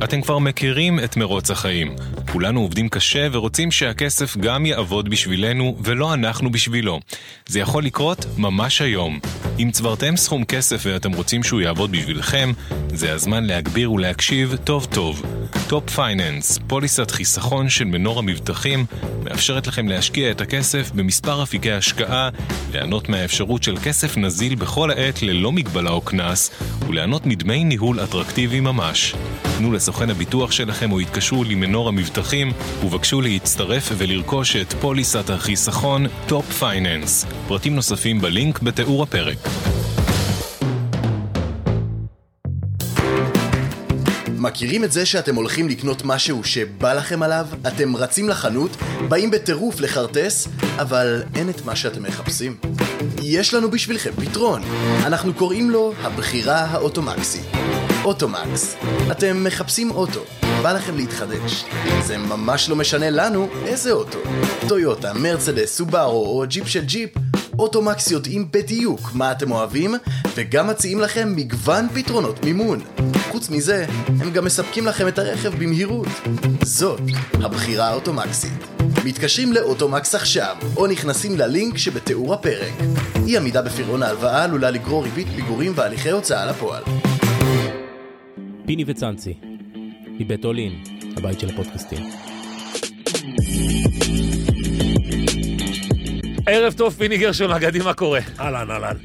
אתם כבר מכירים את מרוץ החיים. כולנו עובדים קשה ורוצים שהכסף גם יעבוד בשבילנו ולא אנחנו בשבילו. זה יכול לקרות ממש היום. אם צברתם סכום כסף ואתם רוצים שהוא יעבוד בשבילכם, זה הזמן להגביר ולהקשיב טוב טוב. טופ פייננס, פוליסת חיסכון של מנור המבטחים, מאפשרת לכם להשקיע את הכסף במספר אפיקי השקעה, ליהנות מהאפשרות של כסף נזיל בכל העת ללא מגבלה או כנס, וליהנות מדמי ניהול אטרקטיבי ממש. תנו לסוכן הביטוח שלכם או התקשרו למנור המבטחים, ובקשו להצטרף ולרכוש את פוליסת החיסכון טופ פייננס. פרטים נוספים בלינק בתיאור הפרק. מכירים את זה שאתם הולכים לקנות משהו שבא לכם עליו? אתם רצים לחנות, באים בטירוף לחרטס, אבל אין את מה שאתם מחפשים? יש לנו בשבילכם פתרון. אנחנו קוראים לו הבחירה האוטומקסית. אוטומקס. אתם מחפשים אוטו, בא לכם להתחדש. זה ממש לא משנה לנו איזה אוטו. טויוטה, מרצדס, סובארו או ג'יפ של ג'יפ, אוטומקס יודעים בדיוק מה אתם אוהבים, וגם מציעים לכם מגוון פתרונות מימון. חוץ מזה, הם גם מספקים לכם את הרכב במהירות. זאת הבחירה האוטומקסית. מתקשרים לאוטומקס עכשיו, או נכנסים ללינק שבתיאור הפרק. אי עמידה בפירעון ההלוואה עלולה לגרור ריבית פיגורים והליכי הוצאה לפועל. פיני וצאנצי, מבית אולין, הבית של הפודקאסטים. ערב טוב, פיני גרשון, אגדי, מה קורה? אהלן, אהלן.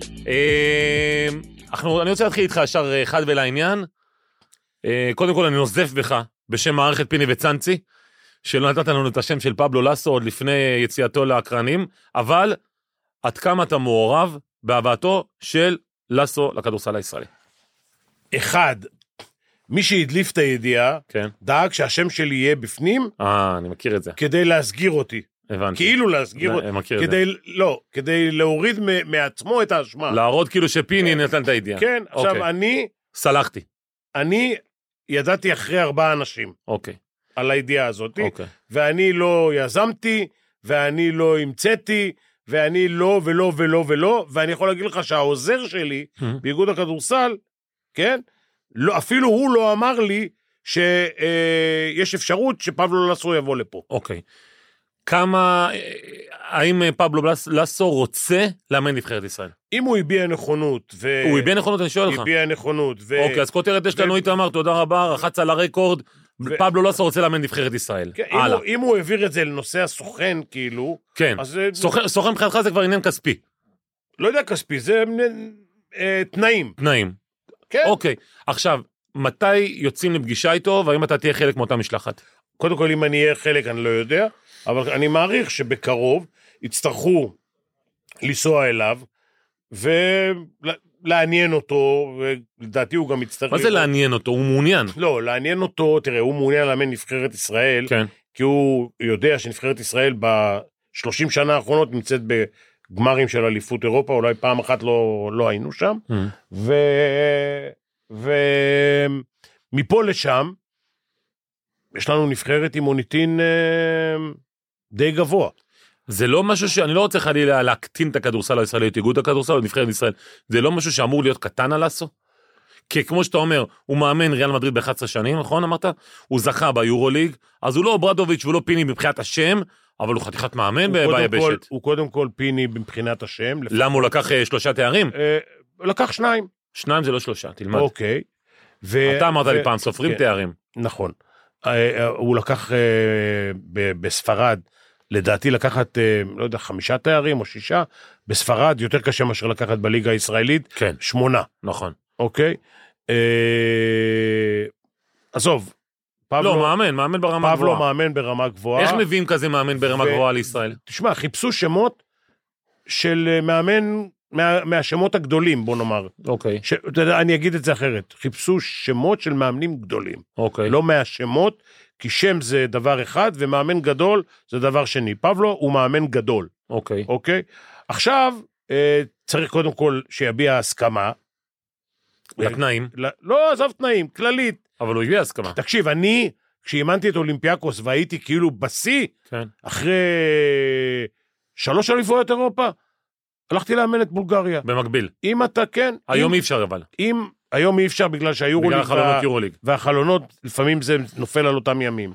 אני רוצה להתחיל איתך ישר אחד ולעניין. קודם כל אני נוזף בך, בשם מערכת פיני וצאנצי, שלא נתת לנו את השם של פבלו לסו עוד לפני יציאתו לאקרנים, אבל עד כמה אתה מעורב בהבאתו של לסו לכדורסל הישראלי? אחד, מי שהדליף את הידיעה, כן. דאג שהשם שלי יהיה בפנים, אני מכיר את זה. כדי להסגיר אותי. הבנתי. כאילו להסגיר אותי. מכיר את זה. כדי להוריד מעצמו את האשמה. להראות כאילו שפיני נתן את הידיעה. כן, עכשיו אוקיי. סלחתי. אני ידעתי אחרי 4 אנשים. אוקיי. על הידיעה הזאת. אוקיי. ואני לא יזמתי, ואני לא המצאתי, ואני לא ולא ולא ולא, ואני יכול להגיד לך שהעוזר שלי, באיגוד הכדורסל, כן? לא, אפילו הוא לא אמר לי שיש אפשרות שפבלו לסו יבוא לפה. אוקיי. האם פבלו לסו רוצה לאמן נבחרת ישראל? אם הוא הביע נכונות הוא הביע נכונות, אני שואל לך. הביע נכונות אוקיי, אז כותרת יש לנו איתמר, תודה רבה, רחץ על הרקורד, פבלו לסו רוצה לאמן נבחרת ישראל. אם הוא העביר את זה לנושא הסוכן, כאילו... כן, סוכן מבחינתך זה כבר עניין כספי. לא יודע כספי, זה תנאים. תנאים. כן. אוקיי, עכשיו, מתי יוצאים לפגישה איתו, והאם אתה תהיה חלק מאותה משלחת? קודם כל, אם אני אהיה חלק, אני לא יודע, אבל אני מעריך שבקרוב יצטרכו לנסוע אליו, ולעניין אותו, ולדעתי הוא גם יצטרך... מה זה לעניין אותו? הוא מעוניין? לא, לעניין אותו, תראה, הוא מעוניין לאמן נבחרת ישראל, כן. כי הוא יודע שנבחרת ישראל ב-30 שנה האחרונות נמצאת בגמרים של אליפות אירופה, אולי פעם אחת לא היינו שם, ומפה לשם, יש לנו נבחרת עם מוניטין די גבוה. זה לא משהו שאני לא רוצה חלילה להקטין את הכדורסל הישראלי, את איגוד הכדורסל או נבחרת ישראל, זה לא משהו שאמור להיות קטן על לסו? כי כמו שאתה אומר, הוא מאמן ריאל מדריד ב-11 שנים, נכון אמרת? הוא זכה ביורוליג, אז הוא לא ברדוביץ' ולא פיני מבחינת השם, אבל הוא חתיכת מאמן ביבשת. הוא קודם כל פיני מבחינת השם. למה הוא לקח 3 תארים? הוא לקח 2. 2 זה לא 3, תלמד. אוקיי. אתה אמרת לי פעם, סופרים תארים. נכון. הוא לקח בספרד, לדעתי לקחת, לא יודע, 5 תארים או 6, בספרד יותר קשה מאשר לקחת בליגה הישראלית, כן. 8. נכון. אוקיי? עזוב. לא, מאמן ברמה גבוהה. פבלו מאמן ברמה גבוהה. איך מביאים כזה מאמן ברמה גבוהה לישראל? תשמע, חיפשו שמות של מאמן מהשמות הגדולים, בוא נאמר. אוקיי. אני אגיד את זה אחרת. חיפשו שמות של מאמנים גדולים. אוקיי. לא מהשמות, כי שם זה דבר אחד, ומאמן גדול זה דבר שני. פבלו הוא מאמן גדול. אוקיי. אוקיי? עכשיו, צריך קודם כל שיביע הסכמה. לתנאים? לא, עזוב תנאים, כללית. אבל הוא הביע הסכמה. תקשיב, אני, כשאימנתי את אולימפיאקוס, והייתי כאילו בשיא, כן. אחרי 3 אליפויות אירופה, הלכתי לאמן את בולגריה. במקביל. אם אתה, כן. היום אי אפשר אבל. אם היום אי אפשר בגלל שהיורוליג... בגלל החלונות יורוליג. והחלונות, לפעמים זה נופל על אותם ימים.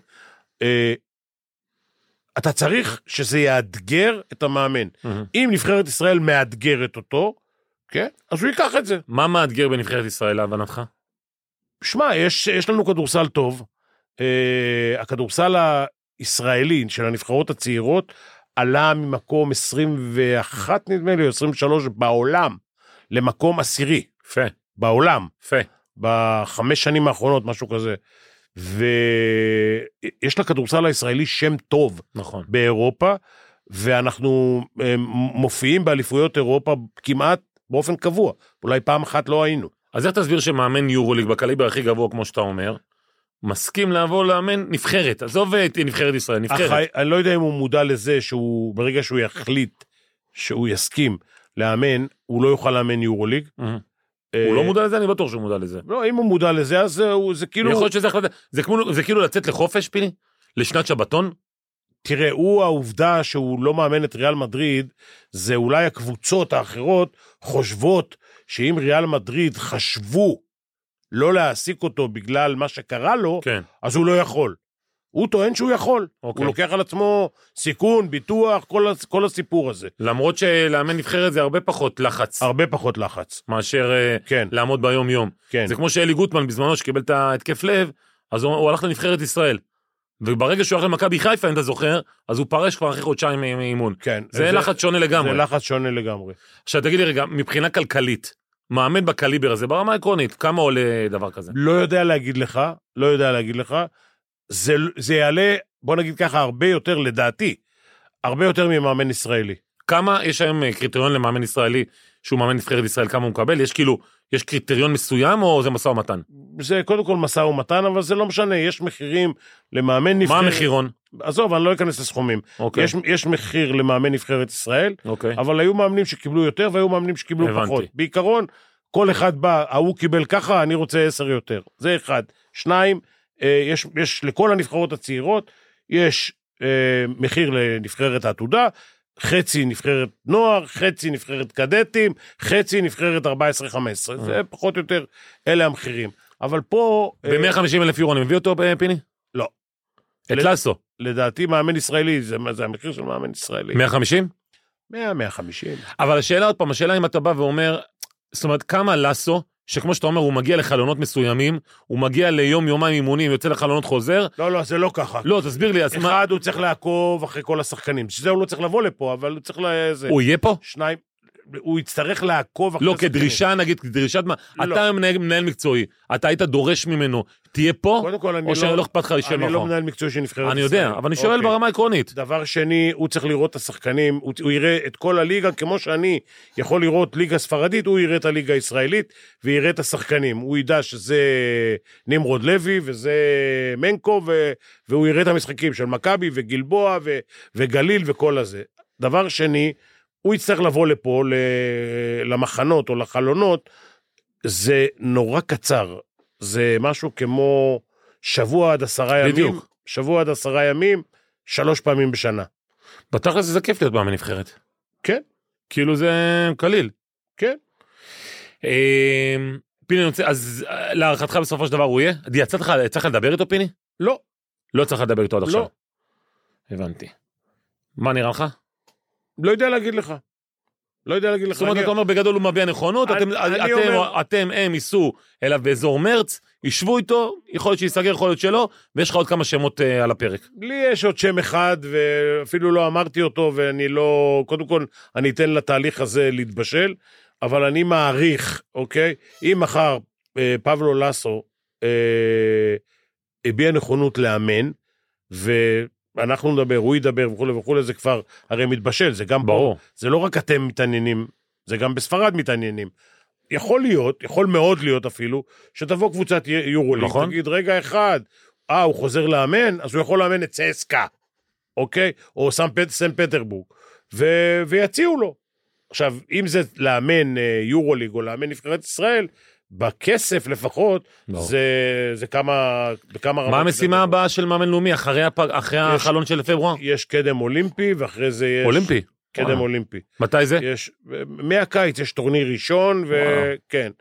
אתה צריך שזה יאתגר את המאמן. אם נבחרת ישראל מאתגרת אותו, כן? אז הוא ייקח את זה. מה מאתגר בנבחרת ישראל, להבנתך? שמע, יש לנו כדורסל טוב. הכדורסל הישראלי של הנבחרות הצעירות עלה ממקום 21, נדמה לי, 23 בעולם, למקום 10. יפה. בעולם. יפה. ב5 שנים האחרונות, משהו כזה. ויש לכדורסל הישראלי שם טוב. נכון. באירופה, ואנחנו מופיעים באליפויות אירופה כמעט באופן קבוע. אולי פעם אחת לא היינו. אז איך תסביר שמאמן יורוליג בקליבר הכי גבוה, כמו שאתה אומר, מסכים לעבור לאמן נבחרת? עזוב את נבחרת ישראל, נבחרת. אני לא יודע אם הוא מודע לזה שהוא, ברגע שהוא יחליט שהוא יסכים לאמן, הוא לא יוכל לאמן יורוליג. הוא לא מודע לזה? אני בטוח שהוא מודע לזה. לא, אם הוא מודע לזה, אז זה כאילו... יכול להיות שזה החלטה. זה כאילו לצאת לחופש, פיני? לשנת שבתון? תראה, העובדה שהוא לא מאמן את ריאל מדריד, זה אולי הקבוצות האחרות חושבות שאם ריאל מדריד חשבו לא להעסיק אותו בגלל מה שקרה לו, כן. אז הוא לא יכול. הוא טוען שהוא יכול. אוקיי. הוא לוקח על עצמו סיכון, ביטוח, כל הסיפור הזה. למרות שלאמן נבחרת זה הרבה פחות לחץ. הרבה פחות לחץ. מאשר כן. לעמוד ביום יום. כן. זה כמו שאלי גוטמן בזמנו שקיבל את ההתקף לב, אז הוא הלך לנבחרת ישראל. וברגע שהוא הלך למכבי חיפה, אם אתה זוכר, אז הוא פרש כבר אחרי חודשיים מאימון. כן. זה לחץ שונה לגמרי. זה לחץ שונה לגמרי. עכשיו תגיד לי רגע, מבחינה כלכלית, מאמן בקליבר הזה, ברמה העקרונית, כמה עולה דבר כזה? לא יודע להגיד לך, זה יעלה, בוא נגיד ככה, הרבה יותר לדעתי, הרבה יותר ממאמן ישראלי. כמה, יש היום קריטריון למאמן ישראלי, שהוא מאמן נבחרת ישראל, כמה הוא מקבל? יש קריטריון מסוים או זה משא ומתן? זה קודם כל משא ומתן, אבל זה לא משנה, יש מחירים למאמן נבחרת. מה המחירון? עזוב, אני לא אכנס לסכומים. אוקיי. יש מחיר למאמן נבחרת ישראל, אוקיי. אבל היו מאמנים שקיבלו יותר, והיו מאמנים שקיבלו הבנתי. פחות. בעיקרון, כל אחד בא, ההוא קיבל ככה, אני רוצה 10 יותר. זה אחד. 2, יש לכל הנבחרות הצעירות, יש מחיר לנבחרת העתודה, חצי נבחרת נוער, חצי נבחרת קדטים, חצי נבחרת 14-15. זה פחות או יותר, אלה המחירים. אבל פה... ב-150,000 יורו, אני מביא אותו פיני? לא. את לסו. לדעתי, מאמן ישראלי, זה המחיר של מאמן ישראלי. 150? 150. אבל השאלה עוד פעם, השאלה אם אתה בא ואומר, זאת אומרת, כמה לסו, שכמו שאתה אומר, הוא מגיע לחלונות מסוימים, הוא מגיע ליום-יומיים אימונים, יוצא לחלונות חוזר. לא, זה לא ככה. לא, תסביר לי. אחד, הוא צריך לעקוב אחרי כל השחקנים. שזה הוא לא צריך לבוא לפה, אבל הוא צריך לזה. הוא יהיה פה? 2, הוא יצטרך לעקוב אחרי לא, כדרישה, נגיד, כדרישת מה? אתה מנהל מקצועי, אתה היית דורש ממנו, תהיה פה? קודם כל, או שלא אכפת לך לשם אני לא מנהל מקצועי של נבחרת ישראל. אני יודע, אבל אני שואל ברמה עקרונית. דבר שני, הוא צריך לראות את השחקנים, הוא יראה את כל הליגה, כמו שאני יכול לראות ליגה ספרדית, הוא יראה את הליגה הישראלית, ויראה את השחקנים. הוא ידע שזה נמרוד לוי, וזה מנקו, והוא יראה את המשחקים של מכבי, וגלבוע, וגליל, וכל הזה. דבר שני, הוא יצטרך לבוא לפה, למחנות או לחלונות, זה נורא קצר. זה משהו כמו שבוע עד 10 ימים. בדיוק. שבוע עד 10 ימים, 3 פעמים בשנה. בתכלס זה כיף להיות מאמן נבחרת. כן. כאילו זה קליל. כן. פיני, אז להערכתך בסופו של דבר הוא יהיה? יצא לך לדבר איתו, פיני? לא. לא צריך לדבר איתו עד עכשיו. לא. הבנתי. מה נראה לך? לא יודע להגיד לך. זאת אומרת, אתה אומר, בגדול הוא מביע נכונות, הם ייסעו אליו באזור מרץ, ישבו איתו, יכול להיות שיסגר, יכול להיות שלא, ויש לך עוד כמה שמות על הפרק. לי יש עוד שם אחד, ואפילו לא אמרתי אותו, ואני לא, קודם כל, אני אתן לתהליך הזה להתבשל, אבל אני מעריך, אוקיי? אם מחר פבלו לסו הביע נכונות לאמן, אנחנו נדבר, הוא ידבר וכו', זה כבר הרי מתבשל, זה גם ברור. פה, זה לא רק אתם מתעניינים, זה גם בספרד מתעניינים. יכול מאוד להיות אפילו, שתבוא קבוצת יורוליג, נכון. תגיד רגע אחד, הוא חוזר לאמן, אז הוא יכול לאמן את צסקה, אוקיי? או סן פטרבורג, ויציעו לו. עכשיו, אם זה לאמן יורוליג או לאמן נבחרת ישראל, בכסף לפחות, זה כמה רמות. מה המשימה הבאה של מאמן לאומי, אחרי החלון של פברואר? יש קדם אולימפי, ואחרי זה יש... אולימפי? קדם אולימפי. מתי זה? מהקיץ יש טורניר ראשון, וכן.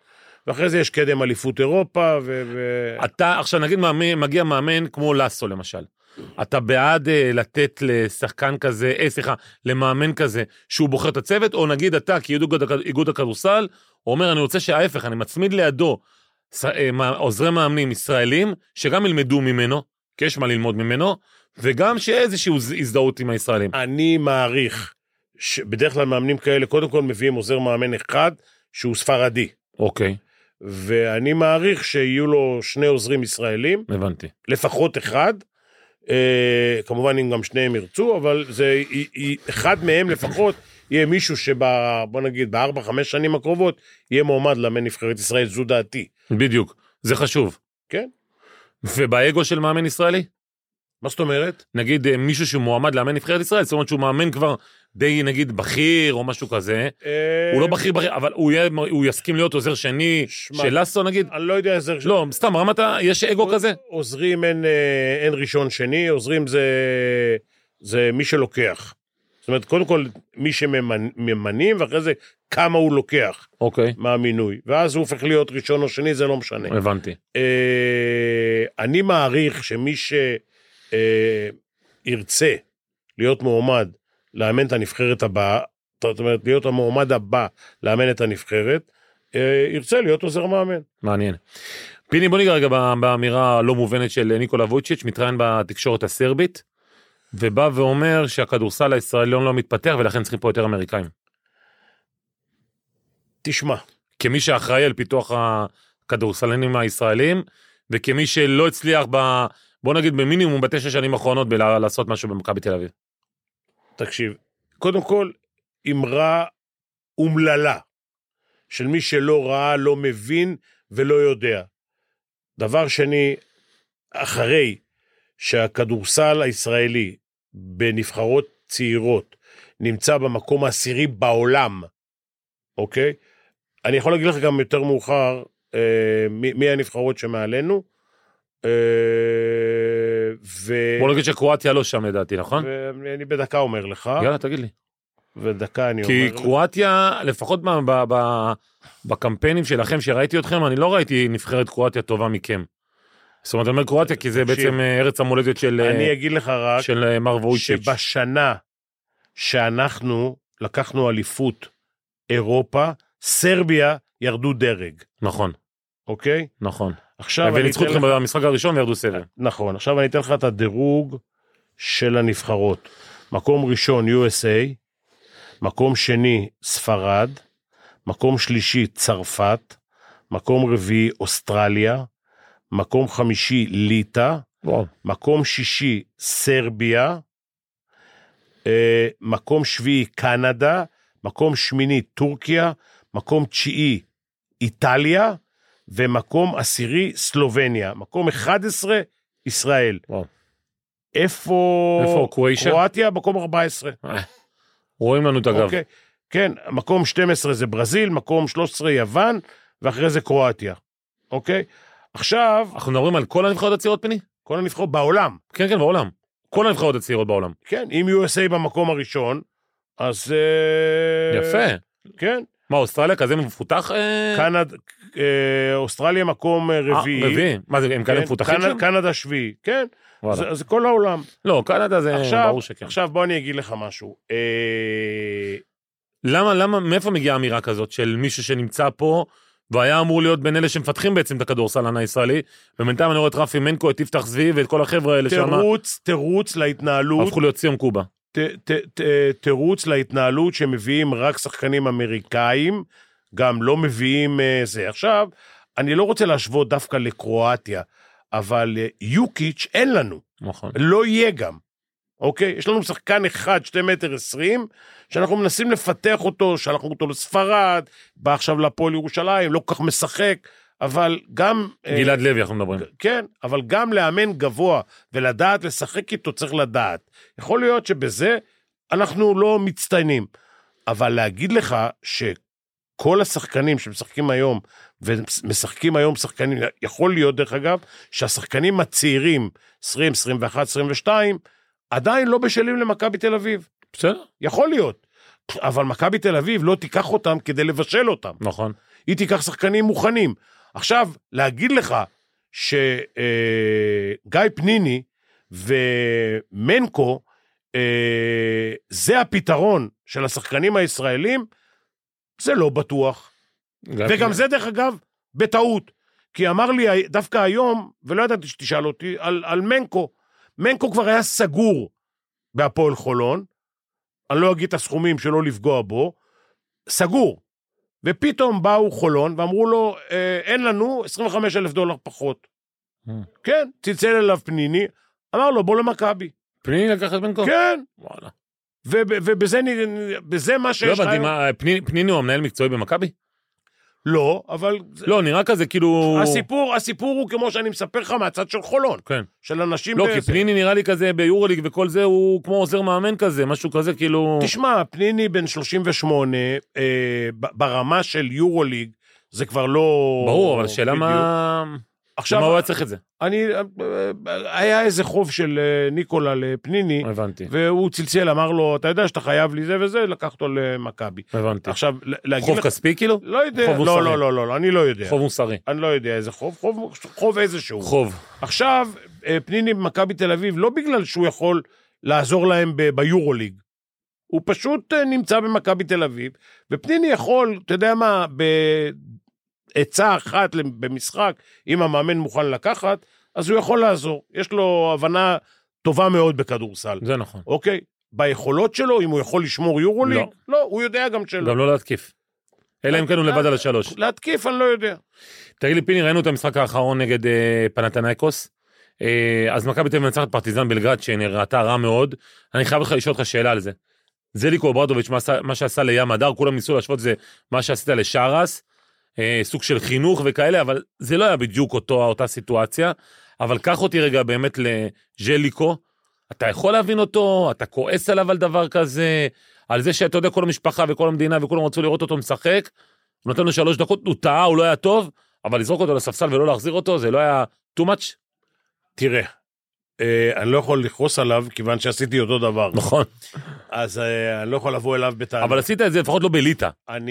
ואחרי זה יש קדם אליפות אירופה, אתה, עכשיו נגיד מגיע מאמן כמו לסו למשל. אתה בעד לתת לשחקן כזה, למאמן כזה, שהוא בוחר את הצוות, או נגיד אתה, כי איגוד הכדורסל, הוא אומר, אני רוצה שההפך, אני מצמיד לידו עוזרי מאמנים ישראלים, שגם ילמדו ממנו, כי יש מה ללמוד ממנו, וגם שיהיה איזושהי הזדהות עם הישראלים. אני מעריך, שבדרך כלל מאמנים כאלה, קודם כל מביאים עוזר מאמן אחד, שהוא ספרדי. אוקיי. ואני מעריך שיהיו לו 2 עוזרים ישראלים. הבנתי. לפחות אחד. כמובן אם גם שניהם ירצו, אבל זה אחד מהם לפחות יהיה מישהו בוא נגיד, ב4-5 שנים הקרובות, יהיה מועמד לאמן נבחרת ישראל, זו דעתי. בדיוק, זה חשוב. כן. ובאגו של מאמן ישראלי? מה זאת אומרת? נגיד מישהו שהוא מועמד לאמן נבחרת ישראל, זאת אומרת שהוא מאמן כבר די נגיד בכיר או משהו כזה, הוא לא בכיר, אבל הוא יסכים להיות עוזר שני של לסו נגיד? אני לא יודע עוזר שני. לא, סתם, רמת יש אגו כזה? עוזרים אין ראשון שני, עוזרים זה מי שלוקח. זאת אומרת, קודם כל מי שממנים, ואחרי זה כמה הוא לוקח. אוקיי. מהמינוי. ואז הוא הופך להיות ראשון או שני, זה לא משנה. הבנתי. אני מעריך שמי ירצה להיות מועמד לאמן את הנבחרת הבאה, זאת אומרת, להיות המועמד הבא לאמן את הנבחרת, ירצה להיות עוזר מאמן. מעניין. פיני, בוא ניגע רגע באמירה לא מובנת של ניקולה וויצ'יץ', מתראיין בתקשורת הסרבית, ובא ואומר שהכדורסל הישראלי לא מתפתח, ולכן צריכים פה יותר אמריקאים. תשמע. כמי שאחראי על פיתוח הכדורסלנים הישראלים, וכמי שלא הצליח בוא נגיד במינימום ב9 שנים האחרונות לעשות משהו במכבי תל אביב. תקשיב, קודם כל, אמרה אומללה, של מי שלא ראה, לא מבין ולא יודע. דבר שני, אחרי שהכדורסל הישראלי בנבחרות צעירות נמצא במקום העשירי בעולם, אוקיי? אני יכול להגיד לך גם יותר מאוחר מי הנבחרות שמעלינו, בוא נגיד שקרואטיה לא שם לדעתי, נכון? ואני בדקה אומר לך. יאללה, תגיד לי. ודקה אני אומר. כי קרואטיה, לפחות בקמפיינים שלכם שראיתי אתכם, אני לא ראיתי נבחרת קרואטיה טובה מכם. זאת אומרת, אני אומר קרואטיה, כי זה בעצם ארץ המולדת של אני אגיד לך רק, של מר וויצ'יץ'. שבשנה שאנחנו לקחנו אליפות אירופה, סרביה ירדו דרג. נכון. אוקיי? נכון. עכשיו וניצחו אתכם במשחק הראשון וירדו סבב. נכון, עכשיו אני אתן לך את הדירוג של הנבחרות. מקום ראשון USA, מקום שני ספרד, מקום שלישי צרפת, מקום רביעי אוסטרליה, מקום חמישי ליטא, מקום שישי סרביה, מקום שביעי קנדה, מקום שמיני טורקיה, מקום תשיעי איטליה, ומקום עשירי סלובניה, מקום 11 ישראל. איפה קרואטיה? מקום 14. רואים לנו את הגב. אוקיי. כן, מקום 12 זה ברזיל, מקום 13 יוון, ואחרי זה קרואטיה. אוקיי? עכשיו... אנחנו מדברים על כל הנבחרות הצעירות, פיני? כל הנבחרות בעולם. כן, כן, בעולם. כל הנבחרות הצעירות בעולם. כן, אם USA במקום הראשון, אז... יפה. כן. מה, אוסטרליה כזה מפותח? אוסטרליה מקום רביעי. רביעי? מה זה, הם כאלה מפותחים שם? קנדה שביעי, כן. זה כל העולם. לא, קנדה זה ברור שכן. עכשיו בוא אני אגיד לך משהו. למה, מאיפה מגיעה אמירה כזאת של מישהו שנמצא פה, והיה אמור להיות בין אלה שמפתחים בעצם את הכדורסלן הישראלי, ובינתיים אני רואה את רפי מנקו, את יפתח זביב, ואת כל החבר'ה האלה שם. תירוץ להתנהלות. הפכו להיות ציון קובה. תירוץ להתנהלות שמביאים רק שחקנים אמריקאים, גם לא מביאים זה. עכשיו, אני לא רוצה להשוות דווקא לקרואטיה, אבל יוקיץ' אין לנו. נכון. לא יהיה גם. אוקיי? יש לנו שחקן אחד, 2.20 מטר, שאנחנו מנסים לפתח אותו, שלחנו אותו לספרד, בא עכשיו לפועל ירושלים, לא כל כך משחק, אבל גם... גלעד לוי, אנחנו מדברים. כן, אבל גם לאמן גבוה, ולדעת לשחק איתו צריך לדעת. יכול להיות שבזה אנחנו לא מצטיינים, אבל להגיד לך שכל השחקנים שמשחקים היום, ומשחקים היום שחקנים, יכול להיות דרך אגב, שהשחקנים הצעירים, 20, 21, 22, עדיין לא בשלים למכבי תל אביב. בסדר. יכול להיות. אבל מכבי תל אביב לא תיקח אותם כדי לבשל אותם. נכון. היא תיקח שחקנים מוכנים. עכשיו, להגיד לך שגיא פניני ומנקו, זה הפתרון של השחקנים הישראלים, זה לא בטוח. וגם זה דרך אגב, בטעות. כי אמר לי דווקא היום, ולא ידעתי שתשאל אותי, על מנקו. מנקו כבר היה סגור בהפועל חולון, אני לא אגיד את הסכומים שלא לפגוע בו, סגור. ופתאום באו חולון ואמרו לו, אין לנו $25,000 פחות. כן, צלצל אליו פניני, אמר לו, בוא למכבי. פניני לקח את מנקו? כן. וואלה. ובזה מה שיש לך... לא הבנתי, פניני הוא המנהל מקצועי במכבי? לא, אבל... לא, נראה כזה כאילו... הסיפור הוא כמו שאני מספר לך מהצד של חולון. כן. של אנשים... לא, כי פניני נראה לי כזה ביורוליג וכל זה, הוא כמו עוזר מאמן כזה, משהו כזה כאילו... תשמע, פניני בן 38, ברמה של יורוליג, זה כבר לא... ברור, אבל השאלה מה... עכשיו, מה הוא היה צריך את זה? היה איזה חוב של ניקולה לפניני, הבנתי. והוא צלצל, אמר לו, אתה יודע שאתה חייב לי זה וזה, לקח אותו למכבי. הבנתי. עכשיו, חוב כספי כאילו? לא יודע, לא, אני לא יודע. חוב מוסרי. אני לא יודע איזה חוב איזשהו. חוב. עכשיו, פניני במכבי תל אביב, לא בגלל שהוא יכול לעזור להם ביורוליג, הוא פשוט נמצא במכבי תל אביב, ופניני יכול, אתה יודע מה, עצה אחת במשחק, אם המאמן מוכן לקחת, אז הוא יכול לעזור. יש לו הבנה טובה מאוד בכדורסל. זה נכון. אוקיי? ביכולות שלו, אם הוא יכול לשמור יורוליג, לא, הוא יודע גם שלא. גם לא להתקיף. אלא אם כן הוא לבד על השלוש. להתקיף, אני לא יודע. תגיד לי, פיני, ראינו את המשחק האחרון נגד פנתנייקוס, אז מכבי תל אביב מנצחת פרטיזן בלגרד, שנראתה רע מאוד. אני חייב לך לשאול אותך שאלה על זה. זליקו אברדוביץ', מה שעשה לים הדר, כולם ניסו להשוות זה מה שעשית לשרס, סוג של חינוך וכאלה, אבל זה לא היה בדיוק אותה סיטואציה, אבל קח אותי רגע באמת לז'ליקו, אתה יכול להבין אותו, אתה כועס עליו על דבר כזה, על זה שאתה יודע כל המשפחה וכל המדינה וכולם רצו לראות אותו משחק, הוא נתן לו 3 דקות, הוא טעה, הוא לא היה טוב, אבל לזרוק אותו לספסל ולא להחזיר אותו, זה לא היה too much? תראה, אני לא יכול לכעוס עליו, כיוון שעשיתי אותו דבר. נכון. אז אני לא יכול לבוא אליו בטענה. אבל עשית את זה לפחות לא בליטה.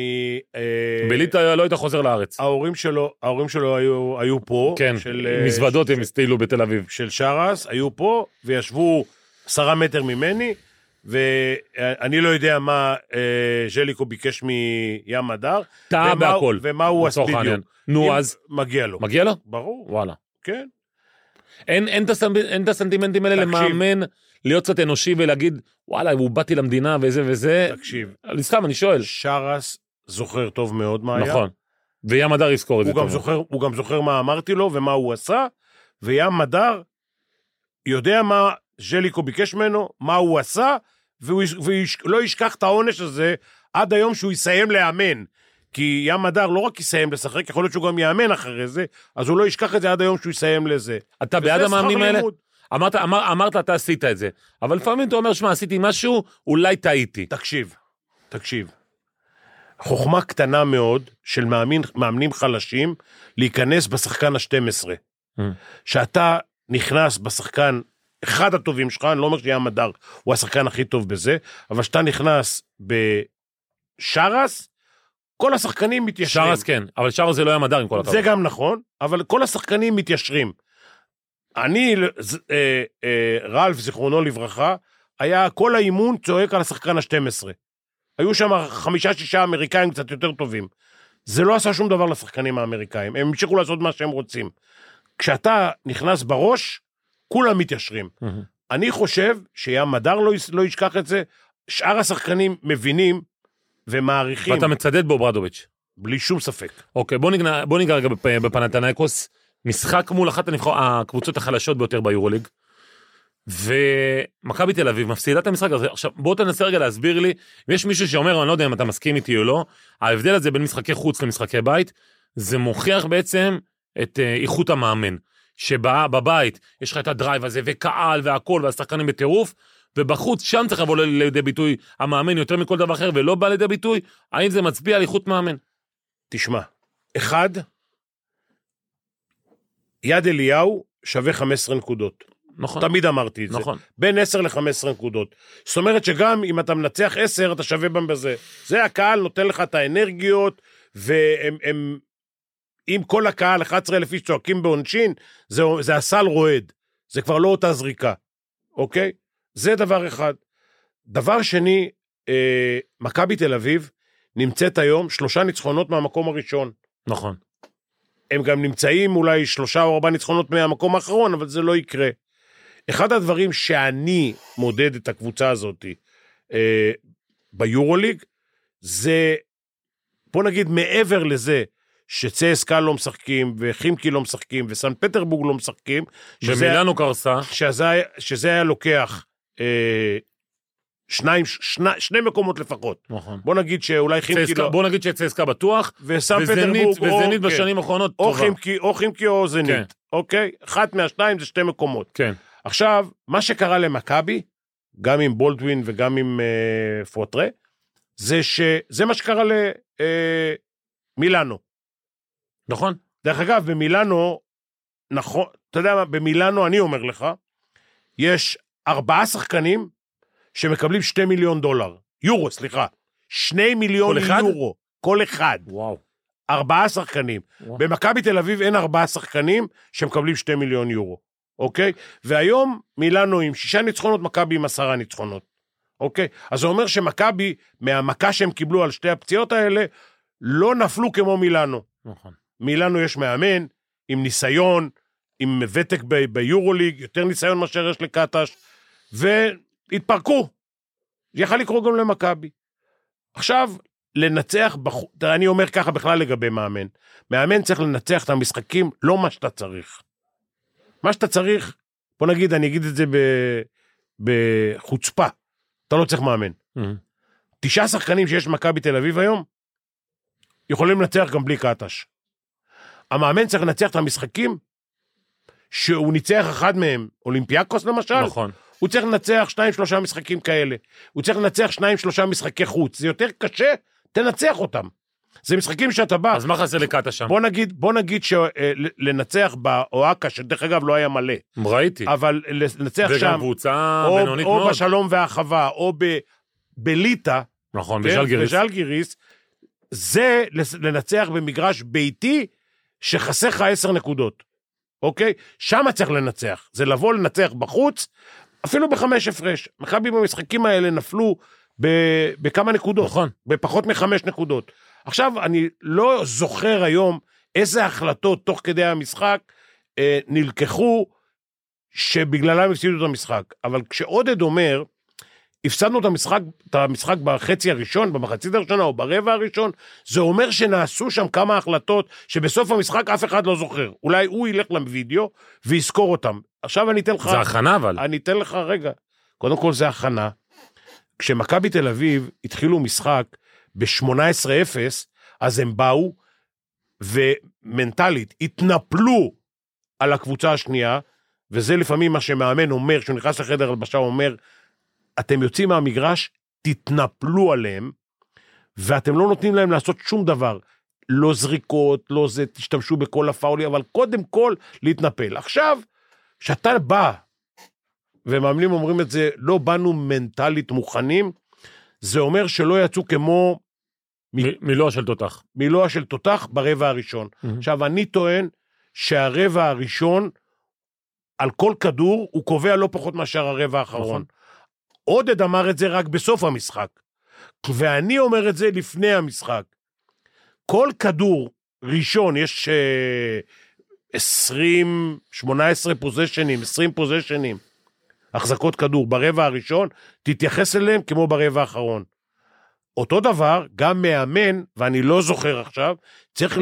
בליטה לא היית חוזר לארץ. ההורים שלו היו פה. כן, מזוודות הם הסתילו בתל אביב. של שרס, היו פה, וישבו 10 מטר ממני, ואני לא יודע מה ז'ליקו ביקש מים הדר. טעה בהכל. ומה הוא הספידיו. נו אז. מגיע לו. מגיע לו? ברור. וואלה. כן. אין את הסנטימנטים האלה למאמן, להיות קצת אנושי ולהגיד, וואלה, הוא באתי למדינה וזה וזה. תקשיב. סתם, אני שואל. שרס זוכר טוב מאוד מה היה. נכון. וים הדר יזכור את זה טוב. הוא גם זוכר מה אמרתי לו ומה הוא עשה, וים הדר יודע מה ז'ליקו ביקש ממנו, מה הוא עשה, ולא ישכח את העונש הזה עד היום שהוא יסיים לאמן. כי ים הדר לא רק יסיים לשחק, יכול להיות שהוא גם יאמן אחרי זה, אז הוא לא ישכח את זה עד היום שהוא יסיים לזה. אתה בעד המאמנים האלה? אמרת, אתה עשית את זה. אבל לפעמים אתה אומר, שמה, עשיתי משהו, אולי טעיתי. תקשיב. חוכמה קטנה מאוד של מאמנים חלשים, להיכנס בשחקן ה-12. שאתה נכנס בשחקן, אחד הטובים שלך, אני לא אומר שים הדר, הוא השחקן הכי טוב בזה, אבל שאתה נכנס בשרס, כל השחקנים מתיישרים. שרס כן, אבל שרס זה לא היה מדר עם כל הכבוד. זה גם נכון, אבל כל השחקנים מתיישרים. אני, רלף, זיכרונו לברכה, היה כל האימון צועק על השחקן ה-12. היו שם 5-6 אמריקאים קצת יותר טובים. זה לא עשה שום דבר לשחקנים האמריקאים. הם המשיכו לעשות מה שהם רוצים. כשאתה נכנס בראש, כולם מתיישרים. אני חושב שים מדר לא ישכח את זה. שאר השחקנים מבינים ומעריכים. ואתה מצדד בו ברדוביץ'. בלי שום ספק. אוקיי, בוא ניגע רגע בפנתנייקוס. משחק מול אחת הקבוצות החלשות ביותר ביורוליג. ומכבי תל אביב מפסידה את המשחק הזה. עכשיו, בוא תנסה רגע להסביר לי, אם יש מישהו שאומר, אני לא יודע אם אתה מסכים איתי או לא, ההבדל הזה בין משחקי חוץ למשחקי בית, זה מוכיח בעצם את איכות המאמן. שבבית יש לך את הדרייב הזה, וקהל והכל, והשחקנים בטירוף, ובחוץ שם צריך לבוא לידי ביטוי המאמן יותר מכל דבר אחר, ולא בא לידי ביטוי, האם זה מצביע על איכות מאמן? תשמע, אחד, יד אליהו שווה 15 נקודות. נכון. תמיד אמרתי את זה. נכון. בין 10 ל-15 נקודות. זאת אומרת שגם אם אתה מנצח 10, אתה שווה בם בזה. זה הקהל נותן לך את האנרגיות, והם, אם כל הקהל, 11,000 איש צועקים בעונשין, זה הסל רועד. זה כבר לא אותה זריקה. אוקיי? זה דבר אחד. דבר שני, מכבי תל אביב נמצאת היום 3 ניצחונות מהמקום הראשון. נכון. הם גם נמצאים אולי 3 או 4 ניצחונות מהמקום האחרון, אבל זה לא יקרה. אחד הדברים שאני מודד את הקבוצה הזאת ביורוליג, זה, בוא נגיד מעבר לזה, שצסקה לא משחקים, וחימקי לא משחקים, וסן פטרבורג לא משחקים, ומילאנו קרסה. שזה היה לוקח 2 מקומות לפחות. נכון. בוא נגיד שאולי חימקי לא... בוא נגיד שצסקה בטוח, וזנית בשנים האחרונות טובה. או חימקי או זנית. אוקיי? אחת מהשניים זה 2 מקומות. כן. עכשיו, מה שקרה למכבי, גם עם בולדווין וגם עם פוטרה, זה מה שקרה למילאנו. נכון. דרך אגב, במילאנו, נכון, אתה יודע מה, במילאנו, אני אומר לך, יש 4 שחקנים שמקבלים $2 מיליון. יורו, סליחה. 2 מיליון יורו. כל אחד. וואו. 4 שחקנים. במכבי תל אביב אין 4 שחקנים שמקבלים 2 מיליון יורו. אוקיי? והיום מילאנו עם 6 ניצחונות, מכבי עם 10 ניצחונות. אוקיי? אז זה אומר שמכבי, מהמכה שהם קיבלו על 2 הפציעות האלה, לא נפלו כמו מילאנו. נכון. מילאנו יש מאמן, עם ניסיון, עם ותק ביורוליג, יותר ניסיון מאשר יש לקטש, והתפרקו. יכל לקרוא גם למכבי. עכשיו, לנצח, אני אומר ככה בכלל לגבי מאמן. מאמן צריך לנצח את המשחקים, לא מה שאתה צריך. מה שאתה צריך, בוא נגיד, אני אגיד את זה בחוצפה, אתה לא צריך מאמן. 9 שחקנים שיש מכבי תל אביב היום, יכולים לנצח גם בלי קטש. המאמן צריך לנצח את המשחקים, שהוא ניצח אחד מהם, אולימפיאקוס למשל, נכון. הוא צריך לנצח 2-3 משחקים כאלה, הוא צריך לנצח 2-3 משחקי חוץ, זה יותר קשה, תנצח אותם. זה משחקים שאתה בא. אז מה חסר לקטה שם? בוא נגיד שלנצח באוהקה, שדרך אגב לא היה מלא. ראיתי. אבל לנצח שם, וגם קבוצה בינונית מאוד. או בשלום והחווה, או בליטה, נכון, בז'לגיריס, זה לנצח במגרש ביתי, שחסר לך 10 נקודות. אוקיי? שם צריך לנצח. זה לבוא לנצח בחוץ, אפילו ב5 הפרש. מכבי במשחקים האלה נפלו בכמה נקודות. נכון. בפחות מ5 נקודות. עכשיו, אני לא זוכר היום איזה החלטות תוך כדי המשחק נלקחו שבגללם הפסידו את המשחק. אבל כשעודד אומר, הפסדנו את המשחק בחצי הראשון, במחצית הראשונה או ברבע הראשון, זה אומר שנעשו שם כמה החלטות שבסוף המשחק אף אחד לא זוכר. אולי הוא ילך לוידאו ויזכור אותם. עכשיו אני אתן לך... זה הכנה אבל. אני אתן לך רגע. קודם כל זה הכנה. כשמכבי תל אביב התחילו משחק ב-18-0, אז הם באו ומנטלית התנפלו על הקבוצה השנייה, וזה לפעמים מה שמאמן אומר, כשהוא נכנס לחדר הלבשה, הוא אומר, אתם יוצאים מהמגרש, תתנפלו עליהם, ואתם לא נותנים להם לעשות שום דבר, לא זריקות, לא זה, תשתמשו בכל הפאולי, אבל קודם כל להתנפל. עכשיו, שאתה בא, ומאמנים אומרים את זה, לא באנו מנטלית מוכנים, זה אומר שלא יצאו כמו... מילואה של תותח. מילואה של תותח ברבע הראשון. עכשיו, אני טוען שהרבע הראשון, על כל כדור, הוא קובע לא פחות מאשר הרבע האחרון. עודד אמר את זה רק בסוף המשחק, ואני אומר את זה לפני המשחק. כל כדור ראשון, יש 18 פוזיישנים, 20 פוזיישנים, החזקות כדור ברבע הראשון, תתייחס אליהם כמו ברבע האחרון. אותו דבר, גם מאמן, ואני לא זוכר עכשיו, צריך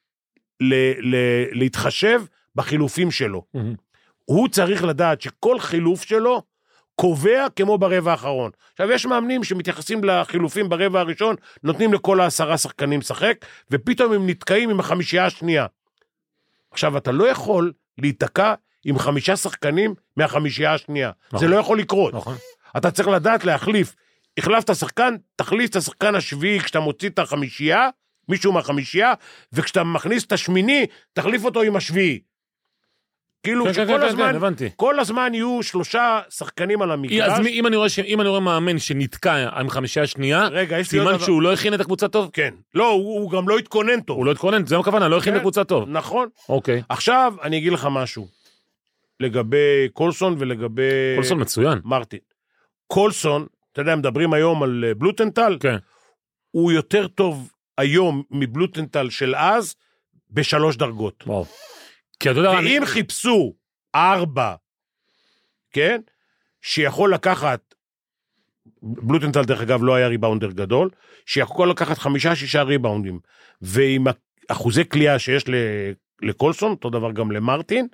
להתחשב בחילופים שלו. הוא צריך לדעת שכל חילוף שלו, קובע כמו ברבע האחרון. עכשיו, יש מאמנים שמתייחסים לחילופים ברבע הראשון, נותנים לכל 10 שחקנים לשחק, ופתאום הם נתקעים עם החמישייה השנייה. עכשיו, אתה לא יכול להיתקע עם 5 שחקנים מהחמישייה השנייה. נכון. זה לא יכול לקרות. נכון. אתה צריך לדעת להחליף. החלפת שחקן, תחליף את השחקן השביעי, כשאתה מוציא את החמישייה, מישהו מהחמישייה, וכשאתה מכניס את השמיני, תחליף אותו עם השביעי. כאילו כן, שכל כן, הזמן, כן, הבנתי. כל הזמן יהיו 3 שחקנים על המגרש. אז אם אני רואה מאמן שנתקע עם 5 השנייה, רגע, יש לי עוד סימן דבר. שהוא לא הכין את הקבוצה טוב? כן. לא, הוא גם לא התכונן טוב. הוא לא התכונן, זה מה הכוונה, לא הכין את כן. הקבוצה טוב. נכון. אוקיי. עכשיו, אני אגיד לך משהו. לגבי קולסון ולגבי... קולסון מצוין. מרטין. קולסון, אתה יודע, מדברים היום על בלוטנטל, כן. הוא יותר טוב היום מבלוטנטל של אז, ב3 דרגות. וואו. כי אתה יודע, ואם חיפשו 4, כן, שיכול לקחת, בלוטנטל דרך אגב לא היה ריבאונדר גדול, שיכול לקחת 5-6 ריבאונדים, ועם אחוזי קליעה שיש לקולסון, אותו דבר גם למרטין,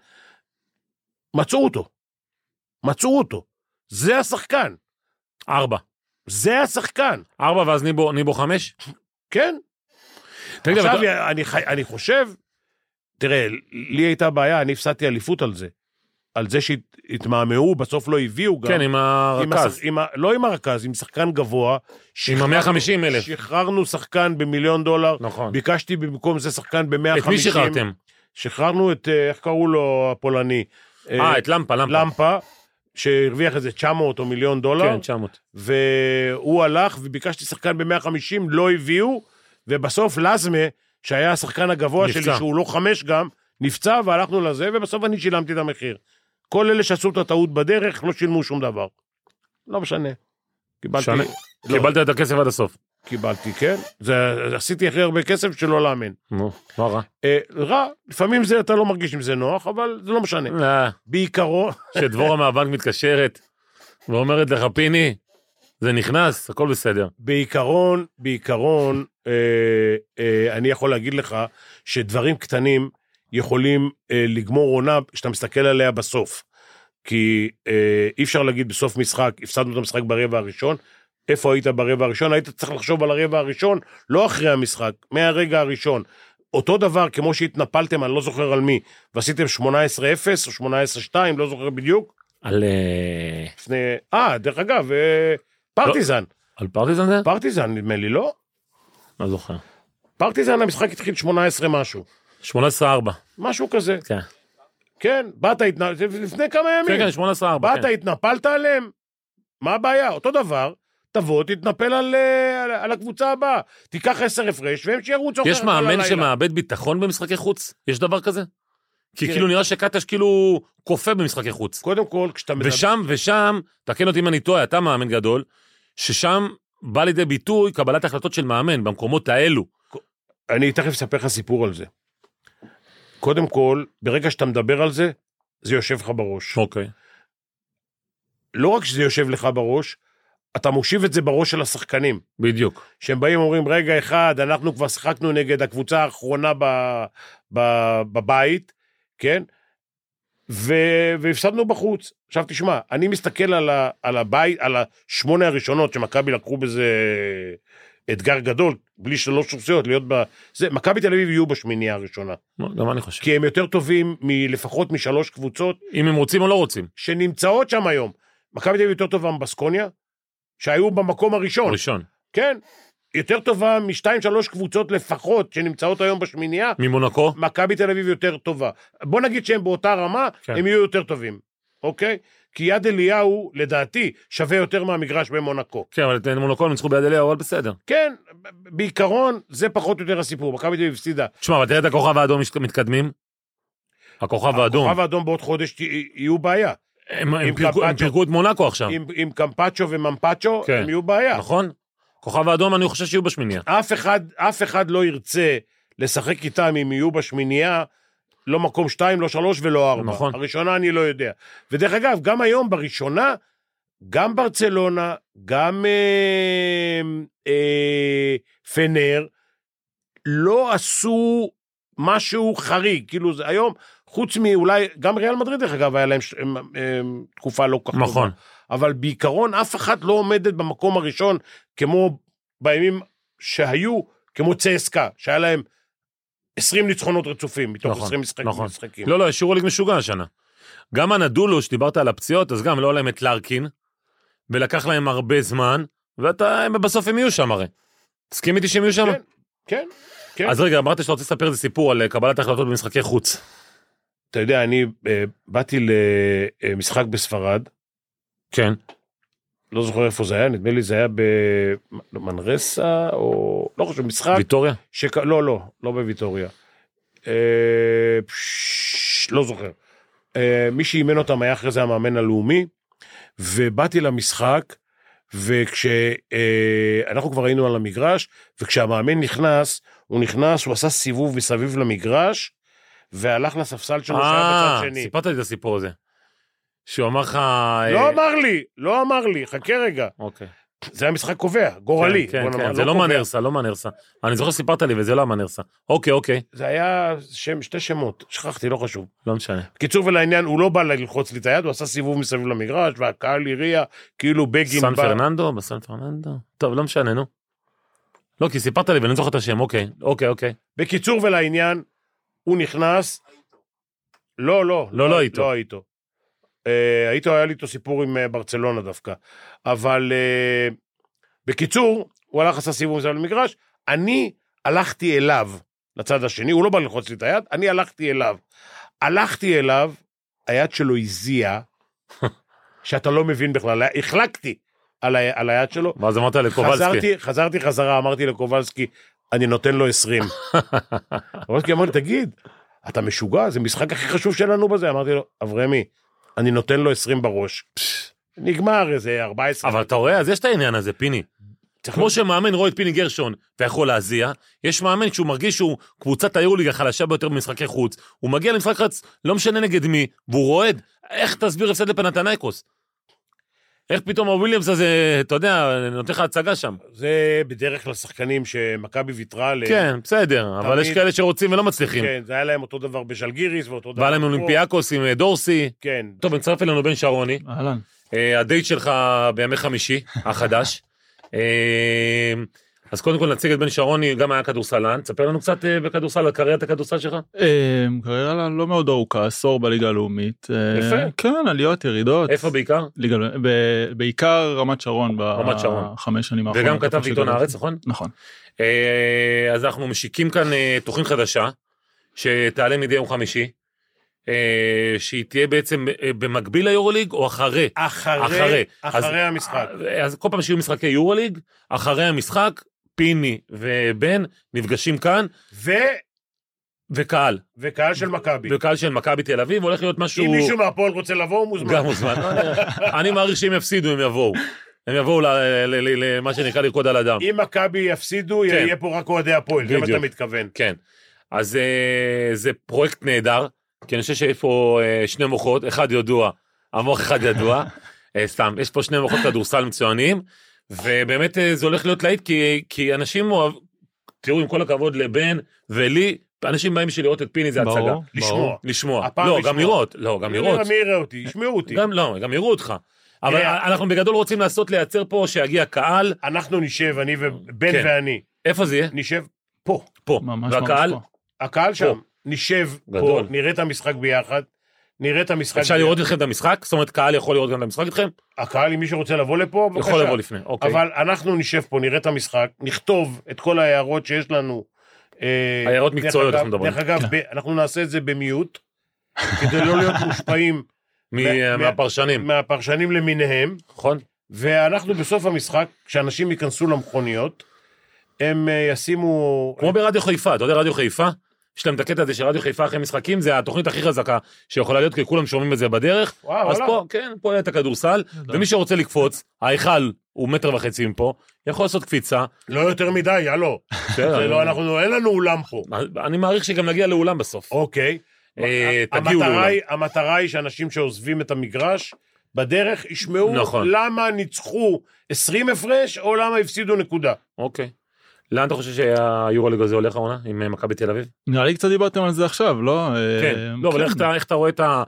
מצאו אותו. זה השחקן. 4. זה השחקן. 4 ואז ניבו 5? כן. תגיד, עכשיו אני חושב, תראה, לי הייתה בעיה, אני הפסדתי אליפות על זה. על זה שהתמהמהו, בסוף לא הביאו גם. כן, עם הרכז. לא עם הרכז, עם שחקן גבוה. עם ה-150,000. שחררנו שחקן ב$1,000,000. נכון. ביקשתי במקום זה שחקן ב$150,000. את מי שחררתם? שחררנו את, איך קראו לו הפולני? את למפה. למפה, שהרוויח איזה 900 או $1,000,000. כן, 900. והוא הלך וביקשתי שחקן ב$150,000, לא הביאו, ובסוף לזמה, שהיה השחקן הגבוה נפצע. שלי, שהוא לא 5 גם, נפצע והלכנו לזה, ובסוף אני שילמתי את המחיר. כל אלה שעשו את הטעות בדרך, לא שילמו שום דבר. לא משנה. קיבלתי... לא. קיבלת את הכסף עד הסוף. קיבלתי, כן. עשיתי הכי הרבה כסף שלא לאמן. נו, לא רע. רע, לפעמים זה, אתה לא מרגיש עם זה נוח, אבל זה לא משנה. בעיקרון... שדבורה מהבנק מתקשרת, ואומרת לך, פיני, זה נכנס, הכל בסדר. בעיקרון, אני יכול להגיד לך, שדברים קטנים יכולים לגמור עונה, שאתה מסתכל עליה בסוף. כי אי אפשר להגיד בסוף משחק, הפסדנו את המשחק ברבע הראשון, איפה היית ברבע הראשון? היית צריך לחשוב על הרבע הראשון, לא אחרי המשחק, מהרגע הראשון. אותו דבר, כמו שהתנפלתם, אני לא זוכר על מי, ועשיתם 18-0 או 18-2, לא זוכר בדיוק. על... דרך אגב, פרטיזן. על פרטיזן זה? פרטיזן, נדמה לי, לא? לא זוכר. פרטיזן, המשחק התחיל 18 משהו. 18-4. משהו כזה. כן. כן, לפני כמה ימים. כן, 18-4. באת, התנפלת עליהם? מה הבעיה? אותו דבר, תבוא, תתנפל על הקבוצה הבאה. תיקח 10 הפרש, והם שירוצו. יש מאמן שמאבד ביטחון במשחקי חוץ? יש דבר כזה? כי כאילו נראה שקטש כאילו קופה במשחקי חוץ. קודם כל, כשאתה מדבר... ושם, תקן אותי אם אני טועה, אתה מאמן גדול, ששם בא לידי ביטוי קבלת החלטות של מאמן, במקומות האלו. אני תכף אספר לך סיפור על זה. קודם כל, ברגע שאתה מדבר על זה, זה יושב לך בראש. אוקיי. לא רק שזה יושב לך בראש, אתה מושיב את זה בראש של השחקנים. בדיוק. שהם באים ואומרים, רגע אחד, אנחנו כבר שחקנו נגד הקבוצה האחרונה בבית, כן? והפסדנו בחוץ. עכשיו תשמע, אני מסתכל על הבית, על 8 הראשונות, שמכבי לקחו בזה אתגר גדול, בלי 3 שופסיות, להיות מכבי תל אביב יהיו בשמינייה הראשונה. גם אני חושב. כי הם יותר טובים לפחות מ3 קבוצות. אם הם רוצים או לא רוצים. שנמצאות שם היום. מכבי תל אביב יותר טובה מבסקוניה, שהיו במקום הראשון. ראשון. כן. יותר טובה מ2-3 קבוצות לפחות, שנמצאות היום בשמינייה. ממונקו? מכבי תל אביב יותר טובה. בוא נגיד שהם באותה רמה, כן. הם יהיו יותר טובים. אוקיי? כי יד אליהו, לדעתי, שווה יותר מהמגרש במונקו. כן, אבל את מונקו הם ניצחו ביד אליהו, אבל בסדר. כן, בעיקרון, זה פחות או יותר הסיפור. מכבי תל אביב הפסידה. תשמע, אבל תראה את הכוכב האדום מתקדמים. הכוכב האדום. הכוכב האדום בעוד חודש יהיו בעיה. הם פירקו את מונקו עכשיו. עם קמפצ'ו וממפצ'ו, הם יהיו בעיה. נכון. כוכב האדום אני חושב שיהיו בשמינייה. אף אחד לא ירצה לשחק איתם אם יהיו בשמינייה, לא מקום 2, לא 3 ולא 4. נכון. הראשונה אני לא יודע. ודרך אגב, גם היום בראשונה, גם ברצלונה, גם פנר, לא עשו משהו חריג. כאילו זה היום, חוץ מאולי, גם ריאל מדריד דרך אגב, היה להם תקופה לא כך טובה. נכון. אבל בעיקרון אף אחד לא עומדת במקום הראשון, כמו בימים שהיו, כמו צסקה, שהיה להם 20 ניצחונות רצופים, מתוך נכון, 20 נכון. משחקים. לא, השאירו ליג משוגע השנה. גם הנדולו, שדיברת על הפציעות, אז גם לא להם את לארקין, ולקח להם הרבה זמן, ובסוף הם יהיו שם הרי. תסכים איתי שהם יהיו שם? כן, כן, כן. אז רגע, אמרת שאתה רוצה לספר איזה סיפור על קבלת החלטות במשחקי חוץ. אתה יודע, אני באתי למשחק בספרד, כן. לא זוכר איפה זה היה, נדמה לי זה היה במנרסה, או לא חושב, משחק. ויטוריה? לא בוויטוריה. לא זוכר. מי שאימן אותם היה אחרי זה המאמן הלאומי, ובאתי למשחק, וכשאנחנו כבר היינו על המגרש, וכשהמאמן נכנס, הוא עשה סיבוב מסביב למגרש, והלך לספסל שלו שהיה בצד שני. סיפרת לי את הסיפור הזה. שהוא אמר לך... לא אמר לי, חכה רגע. אוקיי. זה היה משחק קובע, גורלי. כן, זה לא מנרסה. אני זוכר סיפרת לי, וזה לא מנרסה. אוקיי. זה היה שתי שמות, שכחתי, לא חשוב. לא משנה. קיצור ולעניין, הוא לא בא ללחוץ לי את היד, הוא עשה סיבוב מסביב למגרש, והקהל הריע, כאילו בגין בסן פרננדו? טוב, לא משנה, נו. לא, כי סיפרת לי, ואני זוכר את השם, אוקיי. בקיצור ולעניין, הוא נכנס, לא איתו. היה לי איתו סיפור עם ברצלונה דווקא, אבל בקיצור, הוא הלך עשה סיבוב מסביב למגרש, אני הלכתי אליו לצד השני, הוא לא בא ללחוץ לי את היד, אני הלכתי אליו, היד שלו הזיעה, שאתה לא מבין בכלל, החלקתי על היד שלו. מה זה אמרת לקובלסקי? חזרתי חזרה, אמרתי לקובלסקי, אני נותן לו 20. קובלסקי אמר לי, תגיד, אתה משוגע, זה משחק הכי חשוב שלנו בזה, אמרתי לו, אברמי, אני נותן לו 20 בראש. נגמר איזה 14. אבל אתה רואה, אז יש את העניין הזה, פיני. כמו שמאמן רואה את פיני גרשון ויכול להזיע, יש מאמן כשהוא מרגיש שהוא קבוצת היורליג החלשה ביותר במשחקי חוץ, הוא מגיע למשחק חוץ, לא משנה נגד מי, והוא רועד. איך תסביר הפסד לפנתנייקוס? איך פתאום הוויליאמס הזה, אתה יודע, נותן לך הצגה שם? זה בדרך כלל שחקנים שמכבי ויתרה ל... כן, בסדר, אבל יש כאלה שרוצים ולא מצליחים. כן, זה היה להם אותו דבר בשלגיריס, ואותו דבר... והיה להם אולימפיאקוס עם דורסי. כן. טוב, נצטרף אלינו בן שרוני. אהלן. הדייט שלך בימי חמישי, החדש. אז קודם כל נציג את בן שרוני, גם היה כדורסלן. תספר לנו קצת בכדורסל, על קריירת הכדורסל שלך. קריירה לא מאוד ארוכה, עשור בליגה הלאומית. יפה. כן, עליות, ירידות. איפה בעיקר? בעיקר רמת שרון בחמש שנים האחרונות. וגם כתב עיתון הארץ, נכון? נכון. אז אנחנו משיקים כאן תוכנית חדשה, שתעלה מדי יום חמישי, שהיא תהיה בעצם במקביל ליורוליג או אחרי? אחרי המשחק. אז כל פעם שיהיו משחקי יורוליג, אחרי המשחק, פיני ובן נפגשים כאן, וקהל של מכבי. וקהל של מכבי תל אביב, הולך להיות משהו... אם מישהו מהפועל רוצה לבוא, הוא מוזמן. גם מוזמן. אני מעריך שהם יפסידו, הם יבואו. הם יבואו למה שנקרא לרקוד על אדם. אם מכבי יפסידו, יהיה פה רק אוהדי הפועל, זה מה אתה מתכוון. כן. אז זה פרויקט נהדר, כי אני חושב שיש פה שני מוחות, אחד ידוע, המוח אחד ידוע, סתם, יש פה שני מוחות כדורסל מצוינים, ובאמת זה הולך להיות להיט, כי אנשים תראו, עם כל הכבוד לבן ולי, אנשים באים בשביל לראות את פיני זה הצגה. לשמוע. לא, גם לראות. מי יראה אותי? ישמעו אותי. גם יראו אותך. אבל אנחנו בגדול רוצים לייצר פה שיגיע קהל. אנחנו נשב, אני ובן ואני. איפה זה יהיה? נשב פה. והקהל? הקהל שם. נשב פה, נראה את המשחק ביחד. אפשר לראות אתכם את המשחק? זאת אומרת, קהל יכול לראות גם את המשחק איתכם? הקהל, אם מי שרוצה לבוא לפה, יכול לבוא לפני, אוקיי. אבל אנחנו נשב פה, נראה את המשחק, נכתוב את כל ההערות שיש לנו. הערות מקצועיות אנחנו מדברים. דרך אגב, אנחנו נעשה את זה במיוט, כדי לא להיות מושפעים מהפרשנים למיניהם. נכון. ואנחנו בסוף המשחק, כשאנשים ייכנסו למכוניות, הם ישימו... כמו ברדיו חיפה, אתה יודע רדיו חיפה? יש להם את הקטע הזה שרדיו חיפה אחרי משחקים, זה התוכנית הכי חזקה שיכולה להיות, כי כולם שומעים את זה בדרך. אז פה, כן, פה היה את הכדורסל, ומי שרוצה לקפוץ, ההיכל הוא 1.5 מטר מפה, יכול לעשות קפיצה. לא יותר מדי, יאללה. אין לנו אולם פה. אני מעריך שגם נגיע לאולם בסוף. אוקיי. תגיעו לאולם. המטרה היא שאנשים שעוזבים את המגרש, בדרך ישמעו למה ניצחו 20 הפרש, או למה הפסידו נקודה. אוקיי. לאן אתה חושב שהיורוליג הזה הולך העונה עם מכבי תל אביב? נראה לי קצת דיברתם על זה עכשיו, לא? כן, לא, אבל איך אתה רואה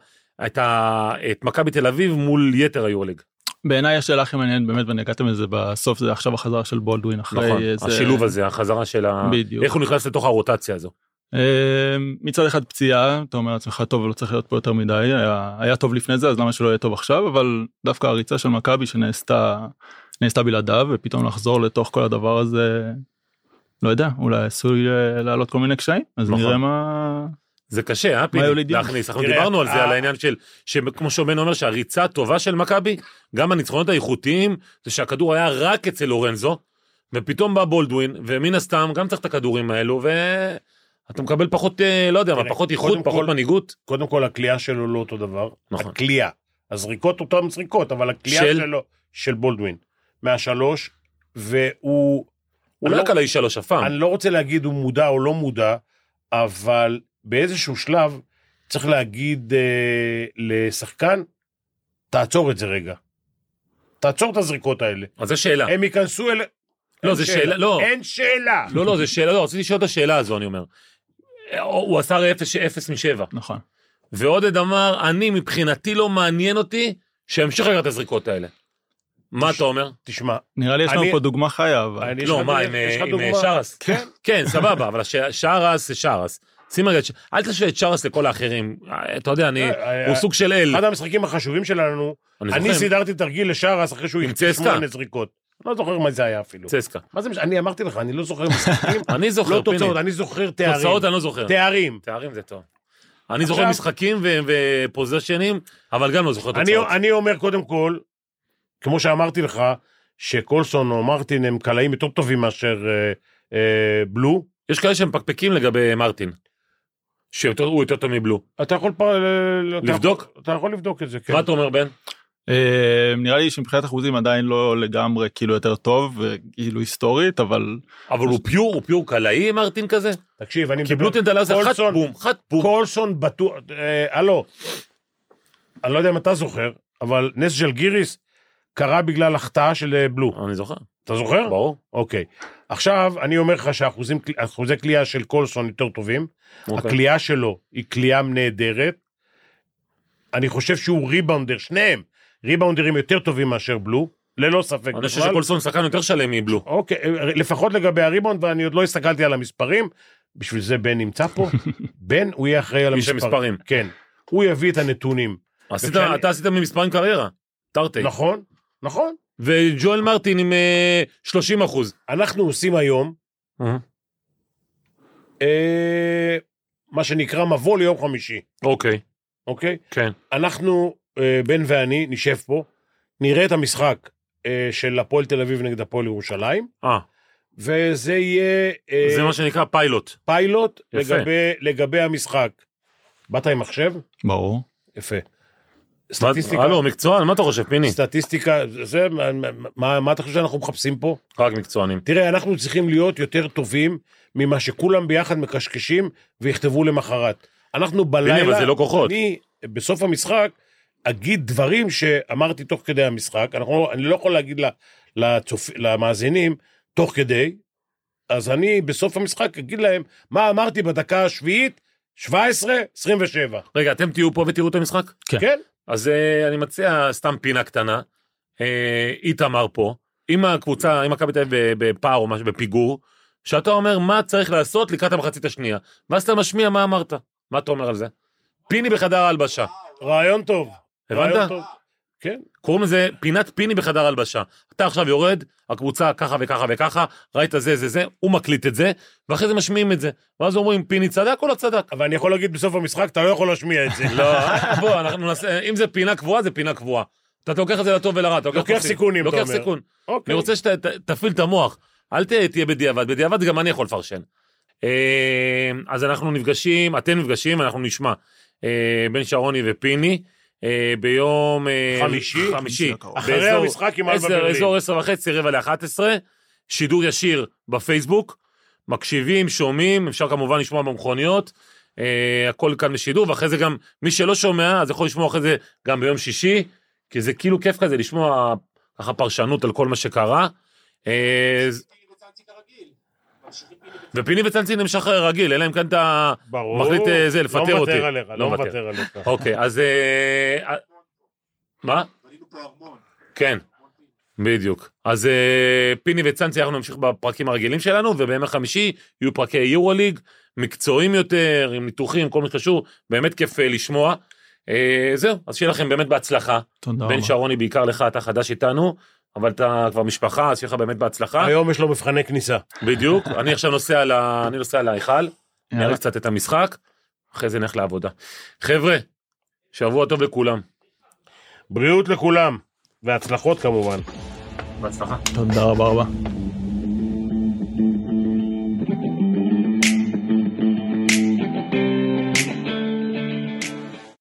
את מכבי תל אביב מול יתר היורוליג? בעיניי השאלה הכי מעניינת באמת, ואני הגעתם לזה בסוף, זה עכשיו החזרה של בולדווין אחרי איזה... השילוב הזה, החזרה של בדיוק. איך הוא נכנס לתוך הרוטציה הזו? מצד אחד פציעה, אתה אומר לעצמך טוב ולא צריך להיות פה יותר מדי, היה טוב לפני זה, אז למה שלא יהיה טוב עכשיו, אבל דווקא הריצה של מכבי שנעשתה בלעדיו, ופתאום לחזור לתוך כל הדבר הזה, לא יודע, אולי עשוי לעלות כל מיני קשיים, אז נראה מה... זה קשה, פיני, להכניס. אנחנו דיברנו על זה, על העניין כמו שבן אומר, שהריצה הטובה של מכבי, גם הניצחונות האיכותיים, זה שהכדור היה רק אצל לורנזו, ופתאום בא בולדווין, ומן הסתם גם צריך את הכדורים האלו, ואתה מקבל פחות, לא יודע מה, פחות איכות, פחות מנהיגות. קודם כל, הקליעה שלו לא אותו דבר. הקליעה. הזריקות אותם זריקות, אבל הקליעה שלו, של בולדווין, מהשלוש, והוא... הוא לא קלה איש שלוש הפעם. אני לא רוצה להגיד הוא מודע או לא מודע, אבל באיזשהו שלב צריך להגיד לשחקן, תעצור את זה רגע. תעצור את הזריקות האלה. אז זו שאלה. הם ייכנסו אלה... לא, זה שאלה, לא. אין שאלה. לא, זה שאלה, לא, רציתי לשאול את השאלה הזו, אני אומר. הוא עשה 0 מ-7. נכון. ועודד אמר, אני מבחינתי לא מעניין אותי, שהמשיך רגע את הזריקות האלה. מה אתה אומר? תשמע. נראה לי יש לנו פה דוגמה חיה, אבל... לא, מה, עם שרס? כן, סבבה, אבל שרס זה שרס. שים רגע, אל תשווה את שרס לכל האחרים. אתה יודע, הוא סוג של אל. אחד המשחקים החשובים שלנו, אני סידרתי תרגיל לשרס אחרי שהוא יקצה 8 זריקות. לא זוכר מה זה היה אפילו. צסקה. מה זה, אני אמרתי לך, אני לא זוכר משחקים. אני זוכר, לא תוצאות, אני זוכר תארים. תוצאות אני לא זוכר. תארים. תארים זה טוב. אני זוכר משחקים ופוזיישנים, אבל גם לא זוכר תוצאות. אני אומר קודם כל, כמו שאמרתי לך, שקולסון או מרטין הם קלעים יותר טובים מאשר בלו. יש כאלה שהם פקפקים לגבי מרטין. שהוא יותר טוב מבלו. אתה יכול לבדוק? אתה יכול לבדוק את זה, כן. מה אתה אומר, בן? נראה לי שמבחינת אחוזים עדיין לא לגמרי כאילו יותר טוב, כאילו היסטורית, אבל... אבל הוא פיור קלעי, מרטין כזה? תקשיב, אני... קיבלו תנדלה זה חד בום. קולסון בטוח... הלו, אני לא יודע אם אתה זוכר, אבל נס של גיריס קרה בגלל החטאה של בלו. אני זוכר. אתה זוכר? ברור. אוקיי. עכשיו, אני אומר לך שאחוזי קליעה של קולסון יותר טובים, הקליעה שלו היא קליעה נהדרת, אני חושב שהוא ריבאונדר, שניהם, ריבאונדרים יותר טובים מאשר בלו, ללא ספק. אני חושב שקולסון שחקן יותר שלם מבלו. אוקיי, לפחות לגבי הריבאונד, ואני עוד לא הסתכלתי על המספרים, בשביל זה בן נמצא פה, בן הוא יהיה אחראי על המספרים. כן, הוא יביא את הנתונים. אתה עשית ממספרים קריירה, תרתי. נכון, נכון. וג'ואל מרטין עם 30%. אנחנו עושים היום, מה שנקרא מבוא ליום חמישי. אוקיי. אוקיי? כן. אנחנו, בן ואני, נשב פה, נראה את המשחק של הפועל תל אביב נגד הפועל ירושלים, וזה יהיה... זה מה שנקרא פיילוט. פיילוט לגבי המשחק. באת עם מחשב? ברור. יפה. סטטיסטיקה... לא, מקצוען, מה אתה חושב, פיני? סטטיסטיקה, זה, מה אתה חושב שאנחנו מחפשים פה? רק מקצוענים. תראה, אנחנו צריכים להיות יותר טובים ממה שכולם ביחד מקשקשים ויכתבו למחרת. אנחנו בלילה... פיני, אבל זה לא כוחות. אני, בסוף המשחק, אגיד דברים שאמרתי תוך כדי המשחק, אני לא יכול להגיד למאזינים תוך כדי, אז אני בסוף המשחק אגיד להם מה אמרתי בדקה השביעית, 17-27. רגע, אתם תהיו פה ותראו את המשחק? כן. אז אני מציע סתם פינה קטנה, איתמר פה, עם הקבוצה, עם מכבי תל אביב בפער או משהו, בפיגור, שאתה אומר מה צריך לעשות לקראת המחצית השנייה, ואז אתה משמיע מה אמרת, מה אתה אומר על זה? פיני בחדר ההלבשה. רעיון טוב. הבנת? כן. קוראים לזה פינת פיני בחדר ההלבשה. אתה עכשיו יורד, הקבוצה ככה וככה וככה, ראית זה, הוא מקליט את זה, ואחרי זה משמיעים את זה. ואז אומרים, פיני צדק או לא צדק? אבל אני יכול להגיד בסוף המשחק, אתה לא יכול להשמיע את זה. לא, בוא, אנחנו נעשה, אם זה פינה קבועה, זה פינה קבועה. אתה לוקח את זה לטוב ולרע, אתה לוקח סיכונים, לוקח סיכון. אני רוצה שתפעיל את המוח. אל תהיה בדיעבד גם אני יכול לפרשן. אז אנחנו נפגשים, אתם נפגשים, אנחנו נשמע בן שרוני ופיני, ביום חמישי, אחרי המשחק עם אלבה ברלין. אזור 10:30, 10:45, שידור ישיר בפייסבוק, מקשיבים, שומעים, אפשר כמובן לשמוע במכוניות, הכל כאן בשידור, ואחרי זה גם, מי שלא שומע, אז יכול לשמוע אחרי זה גם ביום שישי, כי זה כאילו כיף כזה לשמוע ככה פרשנות על כל מה שקרה. ופיני וצנצי נמשך רגיל, אלא אם כאן אתה מחליט זה, לפטר אותי. לא מוותר עליך. אוקיי, אז... מה? כן, בדיוק. אז פיני וצנצי אנחנו נמשיך בפרקים הרגילים שלנו, ובימי חמישי יהיו פרקי יורוליג, מקצועיים יותר, עם ניתוחים, כל מה שקשור, באמת כיף לשמוע. זהו, אז שיהיה לכם באמת בהצלחה. תודה. בן שרוני בעיקר לך, אתה חדש איתנו. אבל אתה כבר משפחה, אז שיהיה לך באמת בהצלחה. היום יש לו מבחני כניסה. בדיוק, אני עכשיו נוסע להיכל, נראה קצת את המשחק, אחרי זה נלך לעבודה. חבר'ה, שבוע טוב לכולם. בריאות לכולם, והצלחות כמובן. בהצלחה. תודה רבה רבה.